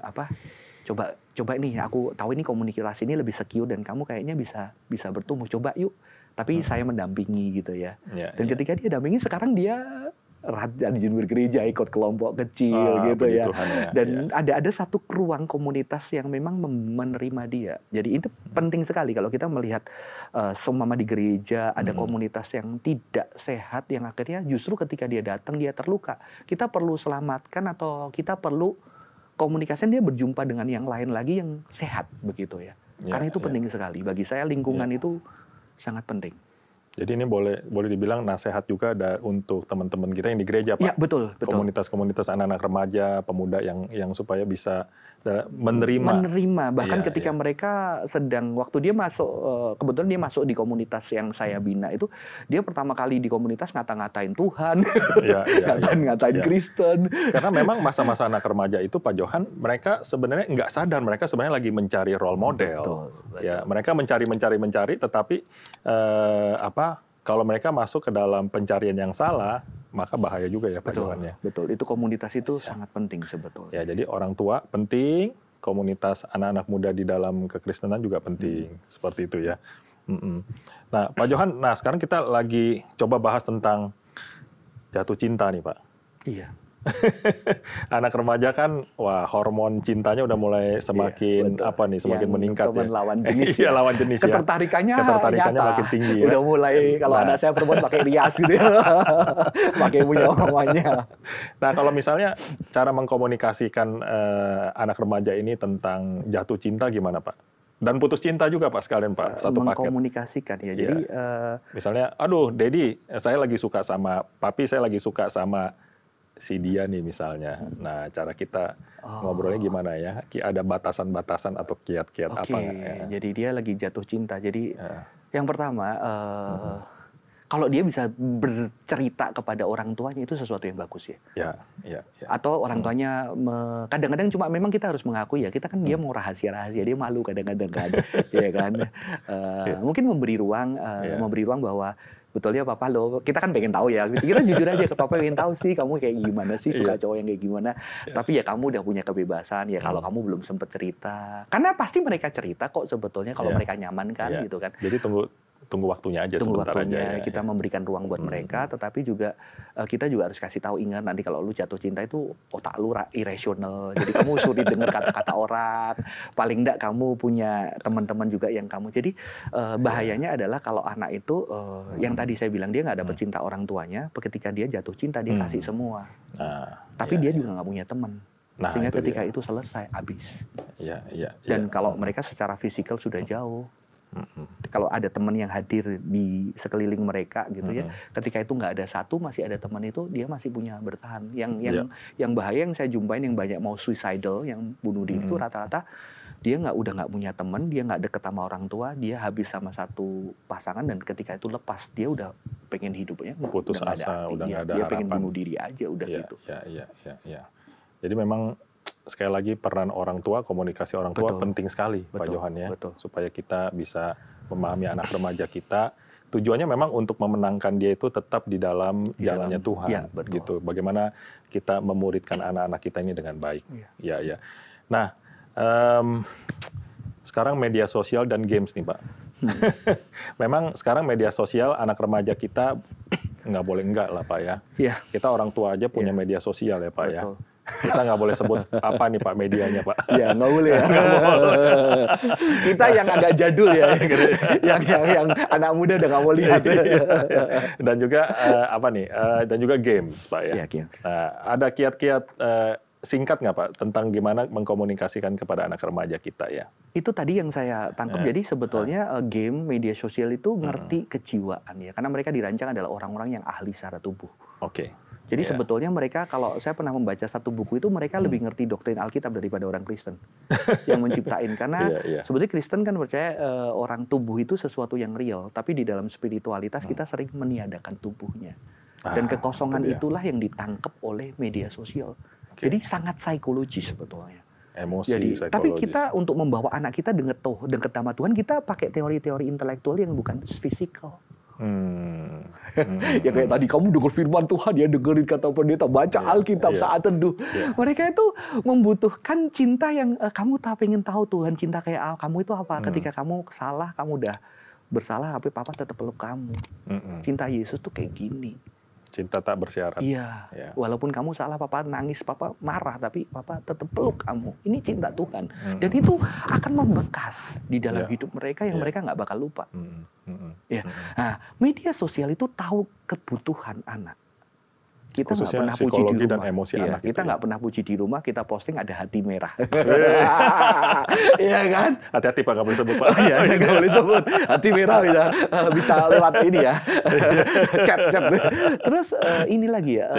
coba nih, aku tahu ini komunikasi ini lebih secure dan kamu kayaknya bisa bertumbuh. Coba yuk. Tapi saya mendampingi gitu ya. Dan ketika dia dampingi, sekarang dia rajin bergereja, ikut kelompok kecil gitu ya. Dan ada satu ruang komunitas yang memang menerima dia. Jadi itu penting sekali kalau kita melihat seumpama di gereja ada komunitas yang tidak sehat, yang akhirnya justru ketika dia datang dia terluka. Kita perlu selamatkan atau kita perlu komunikasi dia berjumpa dengan yang lain lagi yang sehat begitu ya. Karena itu penting sekali. Bagi saya lingkungan itu sangat penting. Jadi ini boleh dibilang nasihat juga untuk teman-teman kita yang di gereja, Pak. Iya, betul. Komunitas anak-anak remaja, pemuda yang supaya bisa menerima. Bahkan ketika mereka sedang, waktu dia masuk, kebetulan dia masuk di komunitas yang saya bina itu, dia pertama kali di komunitas ngata-ngatain Tuhan, ngatain Kristen. Karena memang masa-masa anak remaja itu, Pak Johan, mereka sebenarnya nggak sadar, mereka sebenarnya lagi mencari role model. Betul. Ya, mereka mencari, tetapi kalau mereka masuk ke dalam pencarian yang salah, maka bahaya juga ya Pak Johan ya. Betul, itu komunitas itu sangat penting sebetulnya. Ya, jadi orang tua penting, komunitas anak-anak muda di dalam kekristenan juga penting, seperti itu ya. Nah, Pak Johan, sekarang kita lagi coba bahas tentang jatuh cinta nih Pak. Iya. Anak remaja kan, hormon cintanya udah mulai semakin semakin meningkat ya. Lawan jenis. Lawan jenis ya. Ketertarikannya makin tinggi ya. Udah mulai, kalau anak saya perempuan pakai rias gitu ya. Pakai punya mamanya. Nah, kalau misalnya cara mengkomunikasikan anak remaja ini tentang jatuh cinta gimana Pak? Dan putus cinta juga Pak sekalian Pak, satu paket. Mengkomunikasikan ya. Jadi misalnya, aduh Dedi, saya lagi suka sama papi, saya lagi suka sama si dia nih misalnya. Nah, cara kita ngobrolnya gimana ya? Ada batasan-batasan atau kiat-kiat apa nggak ya? Jadi dia lagi jatuh cinta. Jadi yang pertama, kalau dia bisa bercerita kepada orang tuanya itu sesuatu yang bagus ya. Atau orang tuanya kadang-kadang cuma memang kita harus mengakui ya, kita kan dia mau rahasia-rahasia, dia malu kadang-kadang kan, ya kan. Mungkin memberi ruang bahwa betulnya papa lo, kita kan pengen tahu ya, kita jujur aja ke papa, pengen tahu sih kamu kayak gimana sih, suka cowok yang kayak gimana. Tapi ya kamu udah punya kebebasan ya, kalau kamu belum sempet cerita, karena pasti mereka cerita kok sebetulnya kalau mereka nyaman kan gitu kan. Jadi tunggu waktunya aja, sebentar aja. Kita memberikan ruang buat mereka, tetapi juga kita juga harus kasih tahu, ingat nanti kalau lu jatuh cinta itu otak lu irasional. Jadi kamu sulit dengar kata-kata orang. Paling enggak kamu punya teman-teman juga yang kamu. Jadi bahayanya adalah kalau anak itu yang tadi saya bilang dia nggak dapet cinta orang tuanya, ketika dia jatuh cinta dia kasih semua. Tapi dia juga nggak punya teman. Sehingga ketika itu selesai, habis. Dan kalau mereka secara fisikal sudah jauh, kalau ada teman yang hadir di sekeliling mereka gitu ya, ketika itu nggak ada satu, masih ada teman itu, dia masih punya bertahan. Yang bahaya yang saya jumpain yang banyak mau suicidal, yang bunuh diri itu rata-rata Dia udah nggak punya teman, dia nggak deket sama orang tua, dia habis sama satu pasangan dan ketika itu lepas dia udah pengen hidupnya putus udah nggak ada asa, arti. udah nggak ada Dia harapan. pengen bunuh diri aja udah gitu. Ya. Jadi memang sekali lagi peran orang tua, komunikasi orang tua penting sekali, Pak Johan ya, supaya kita bisa memahami anak remaja kita. Tujuannya memang untuk memenangkan dia itu tetap di dalam jalannya Tuhan, gitu. Bagaimana kita memuridkan anak-anak kita ini dengan baik. Ya. Nah, sekarang media sosial dan games nih Pak. Memang sekarang media sosial anak remaja kita nggak boleh enggak lah Pak ya. Kita orang tua aja punya media sosial ya Pak ya. Kita nggak boleh sebut apa nih Pak medianya Pak. Ya nggak boleh ya. Kita yang agak jadul ya. yang anak muda udah nggak mau lihat. Dan juga dan juga games Pak ya. Nah, ada kiat-kiat singkat nggak Pak tentang gimana mengkomunikasikan kepada anak remaja kita ya? Itu tadi yang saya tangkap. Jadi sebetulnya game, media sosial itu ngerti kejiwaan ya. Karena mereka dirancang adalah orang-orang yang ahli secara tubuh. Jadi sebetulnya mereka, kalau saya pernah membaca satu buku itu, mereka lebih ngerti doktrin Alkitab daripada orang Kristen yang menciptain. Karena sebetulnya Kristen kan percaya orang tubuh itu sesuatu yang real. Tapi di dalam spiritualitas kita sering meniadakan tubuhnya. Dan kekosongan itulah yang ditangkap oleh media sosial. Jadi sangat psikologis sebetulnya. Emosi, psikologis. Tapi kita untuk membawa anak kita dekat sama Tuhan, kita pakai teori-teori intelektual yang bukan fisikal. Ya kayak tadi kamu dengar firman Tuhan ya, dengerin kata pendeta, baca Alkitab saat teduh. Mereka itu membutuhkan cinta yang kamu pengen tahu Tuhan cinta kayak kamu itu apa. Ketika kamu salah, kamu udah bersalah, tapi Papa tetap peluk kamu. Cinta Yesus tuh kayak gini. Cinta tak bersyarat. Iya. Walaupun kamu salah, Papa nangis, Papa marah, tapi Papa tetap peluk kamu. Ini cinta Tuhan. Dan itu akan membekas di dalam hidup mereka yang mereka nggak bakal lupa. Nah, media sosial itu tahu kebutuhan anak. Kita nggak pernah puji di rumah. Dan emosi anak kita nggak pernah puji di rumah, kita posting ada hati merah. Iya kan? Hati-hati Pak, nggak boleh sebut Pak. Iya, saya nggak boleh sebut. Hati merah bisa lewat ini ya. Chat. Terus ini lagi ya,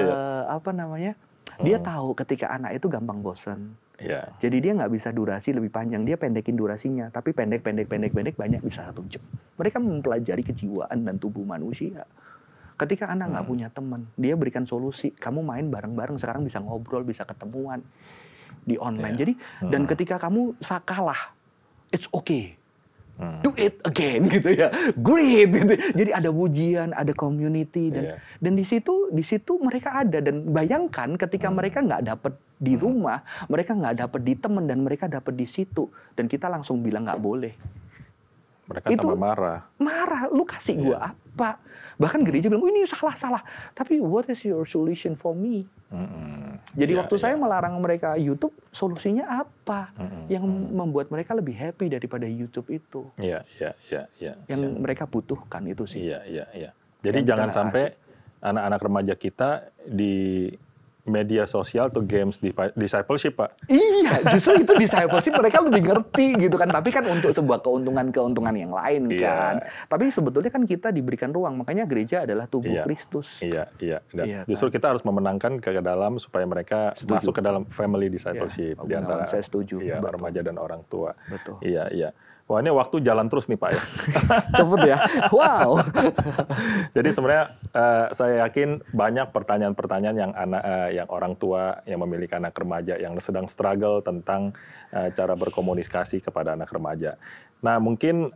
dia tahu ketika anak itu gampang bosan. Jadi dia nggak bisa durasi lebih panjang, dia pendekin durasinya. Tapi pendek banyak bisa 1 jam. Mereka mempelajari kejiwaan dan tubuh manusia. Ketika anak nggak punya teman, dia berikan solusi. Kamu main bareng-bareng, sekarang bisa ngobrol, bisa ketemuan di online. Jadi dan ketika kamu kalah, it's okay. Do it again gitu ya. Great gitu. Jadi ada pujian, ada community dan di situ mereka ada. Dan bayangkan ketika mereka nggak dapet di rumah, mereka nggak dapet di teman dan mereka dapet di situ dan kita langsung bilang nggak boleh. Mereka tambah marah. Lu kasih gua apa? Bahkan gereja bilang, ini salah. Tapi what is your solution for me? Jadi waktu saya melarang mereka YouTube, solusinya apa? Yang membuat mereka lebih happy daripada YouTube itu. Yang mereka butuhkan itu sih. Jadi jangan sampai anak-anak remaja kita di media sosial atau games discipleship Pak. Iya, justru itu discipleship mereka lebih ngerti gitu kan. Tapi kan untuk sebuah keuntungan yang lain kan. Tapi sebetulnya kan kita diberikan ruang. Makanya gereja adalah tubuh Kristus. Justru kita harus memenangkan ke dalam supaya mereka masuk ke dalam family discipleship di antara remaja dan orang tua. Betul. Iya. Wah, ini waktu jalan terus nih Pak ya. Cepet ya. Wow. Jadi sebenarnya saya yakin banyak pertanyaan-pertanyaan yang orang tua yang memiliki anak remaja yang sedang struggle tentang cara berkomunikasi kepada anak remaja. Nah, mungkin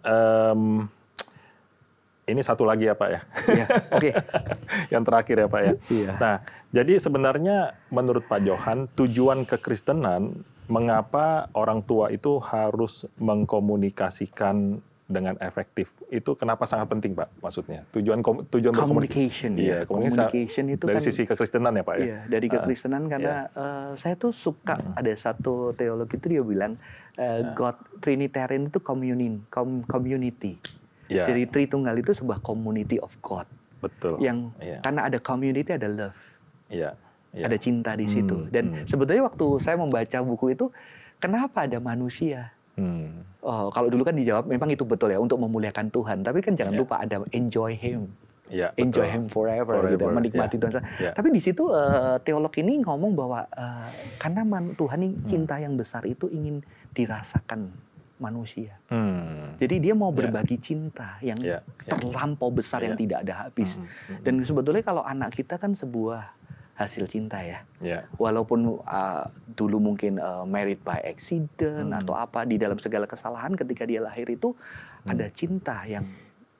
ini satu lagi ya Pak ya. Oke. Yang terakhir ya Pak ya. Nah, jadi sebenarnya menurut Pak Johan, tujuan kekristenan, mengapa orang tua itu harus mengkomunikasikan dengan efektif? Itu kenapa sangat penting, Pak? Maksudnya tujuan communication ya. Communication itu dari kan, sisi kekristenan ya, Pak ya. Iya, dari kekristenan karena saya tuh suka ada satu teologi itu dia bilang God Trinitarian itu community. Jadi Tritunggal itu sebuah community of God. Betul. Yang karena ada community ada love. Ada cinta di situ. Dan sebetulnya waktu saya membaca buku itu, kenapa ada manusia? Kalau dulu kan dijawab, memang itu betul ya, untuk memuliakan Tuhan. Tapi kan jangan lupa ada enjoy Him. Ya, enjoy betul. Him forever, gitu, menikmati Tuhan. Tapi di situ teolog ini ngomong bahwa karena Tuhan ini cinta yang besar itu ingin dirasakan manusia. Jadi dia mau berbagi cinta yang terlampau besar yang tidak ada habis. Dan sebetulnya kalau anak kita kan sebuah hasil cinta ya. Walaupun dulu mungkin married by accident atau apa, di dalam segala kesalahan ketika dia lahir itu ada cinta yang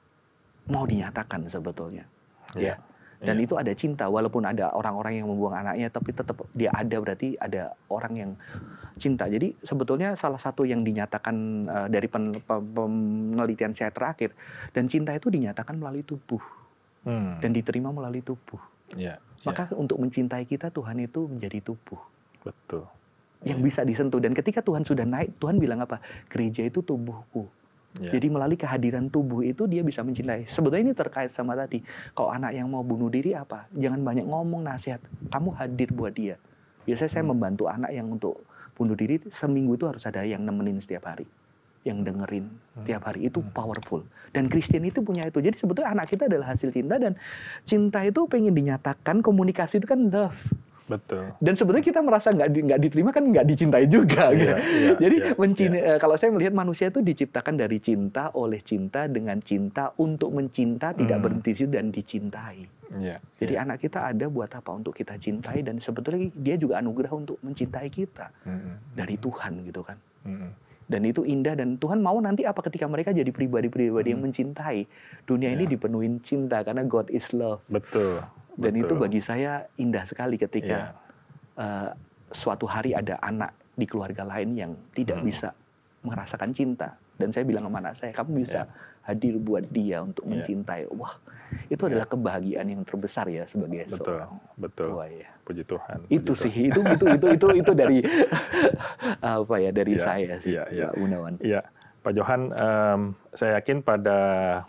mau dinyatakan sebetulnya. Dan itu ada cinta, walaupun ada orang-orang yang membuang anaknya, tapi tetap dia ada, berarti ada orang yang cinta. Jadi sebetulnya salah satu yang dinyatakan dari penelitian saya terakhir, dan cinta itu dinyatakan melalui tubuh dan diterima melalui tubuh. Maka untuk mencintai kita, Tuhan itu menjadi tubuh. Betul. Yang bisa disentuh. Dan ketika Tuhan sudah naik, Tuhan bilang apa? Gereja itu tubuhku. Jadi melalui kehadiran tubuh itu dia bisa mencintai. Sebetulnya ini terkait sama tadi. Kalau anak yang mau bunuh diri apa? Jangan banyak ngomong nasihat. Kamu hadir buat dia. Biasanya saya membantu anak yang untuk bunuh diri, seminggu itu harus ada yang nemenin setiap hari. Yang dengerin tiap hari. Itu powerful. Dan Kristen itu punya itu. Jadi sebetulnya anak kita adalah hasil cinta. Dan cinta itu pengen dinyatakan, komunikasi itu kan love. Betul. Dan sebetulnya kita merasa nggak diterima kan nggak dicintai juga. Gitu. Jadi kalau saya melihat manusia itu diciptakan dari cinta, oleh cinta, dengan cinta, untuk mencinta, tidak berhenti dan dicintai. Jadi anak kita ada buat apa? Untuk kita cintai, dan sebetulnya dia juga anugerah untuk mencintai kita dari Tuhan gitu kan. Dan itu indah, dan Tuhan mau nanti apa ketika mereka jadi pribadi-pribadi yang mencintai. Dunia ini dipenuhi cinta karena God is love. Betul. Dan itu bagi saya indah sekali ketika suatu hari ada anak di keluarga lain yang tidak bisa merasakan cinta. Dan saya bilang sama anak saya, kamu bisa hadir buat dia untuk mencintai. Wah, itu adalah kebahagiaan yang terbesar ya sebagai seorang tua ya. Puji Tuhan. Itu Tuhan. sih, itu dari apa ya, dari saya sih, Pak Gunawan. Iya, Pak Johan, saya yakin pada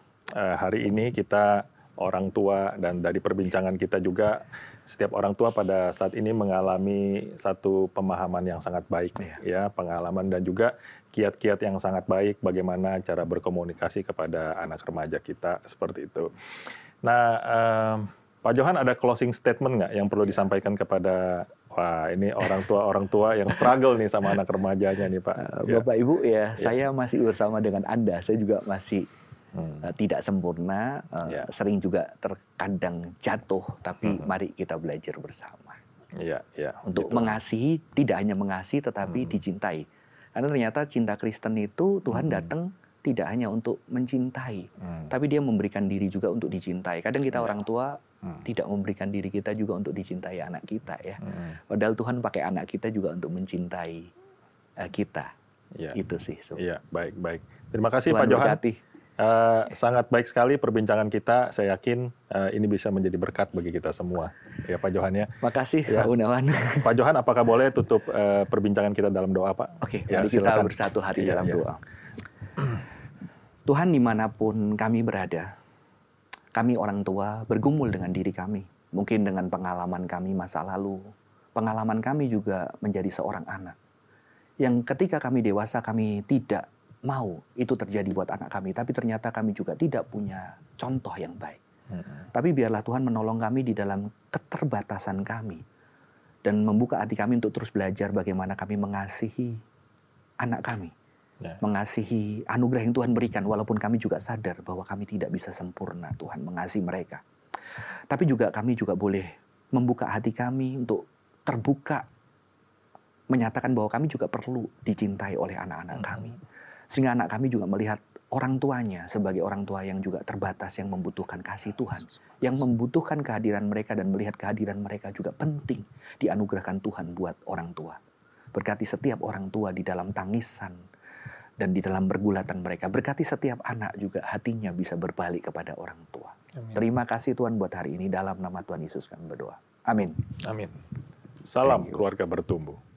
hari ini kita orang tua, dan dari perbincangan kita juga, setiap orang tua pada saat ini mengalami satu pemahaman yang sangat baik, pengalaman dan juga kiat-kiat yang sangat baik bagaimana cara berkomunikasi kepada anak remaja kita, seperti itu. Nah, Pak Johan, ada closing statement nggak yang perlu disampaikan kepada ini orang tua yang struggle nih sama anak remajanya nih, Pak? Bapak Ibu saya masih bersama dengan Anda, saya juga masih tidak sempurna, sering juga terkadang jatuh, tapi mari kita belajar bersama. Untuk mengasihi, tidak hanya mengasihi tetapi dicintai. Karena ternyata cinta Kristen itu Tuhan datang tidak hanya untuk mencintai, tapi dia memberikan diri juga untuk dicintai. Kadang kita orang tua tidak memberikan diri kita juga untuk dicintai anak kita ya. Padahal Tuhan pakai anak kita juga untuk mencintai kita. Itu sih. Iya, baik. Terima kasih Tuhan Pak Johan. Sangat baik sekali perbincangan kita. Saya yakin ini bisa menjadi berkat bagi kita semua. Ya Pak Johan ya. Makasih Pak Gunawan. Pak Johan, apakah boleh tutup perbincangan kita dalam doa, Pak? Oke, mari kita bersatu hati dalam doa. Tuhan, dimanapun kami berada, kami orang tua bergumul dengan diri kami. Mungkin dengan pengalaman kami masa lalu. Pengalaman kami juga menjadi seorang anak. Yang ketika kami dewasa kami tidak mau itu terjadi buat anak kami, tapi ternyata kami juga tidak punya contoh yang baik. Tapi biarlah Tuhan menolong kami di dalam keterbatasan kami dan membuka hati kami untuk terus belajar bagaimana kami mengasihi anak kami, mengasihi anugerah yang Tuhan berikan, walaupun kami juga sadar bahwa kami tidak bisa sempurna Tuhan mengasihi mereka. Tapi juga kami juga boleh membuka hati kami untuk terbuka, menyatakan bahwa kami juga perlu dicintai oleh anak-anak kami. Sehingga anak kami juga melihat orang tuanya sebagai orang tua yang juga terbatas, yang membutuhkan kasih Tuhan, yang membutuhkan kehadiran mereka, dan melihat kehadiran mereka juga penting dianugerahkan Tuhan buat orang tua. Berkati setiap orang tua di dalam tangisan dan di dalam bergulatan mereka. Berkati setiap anak juga hatinya bisa berbalik kepada orang tua. Amin. Terima kasih Tuhan buat hari ini, dalam nama Tuhan Yesus kami berdoa. Amin. Salam keluarga bertumbuh.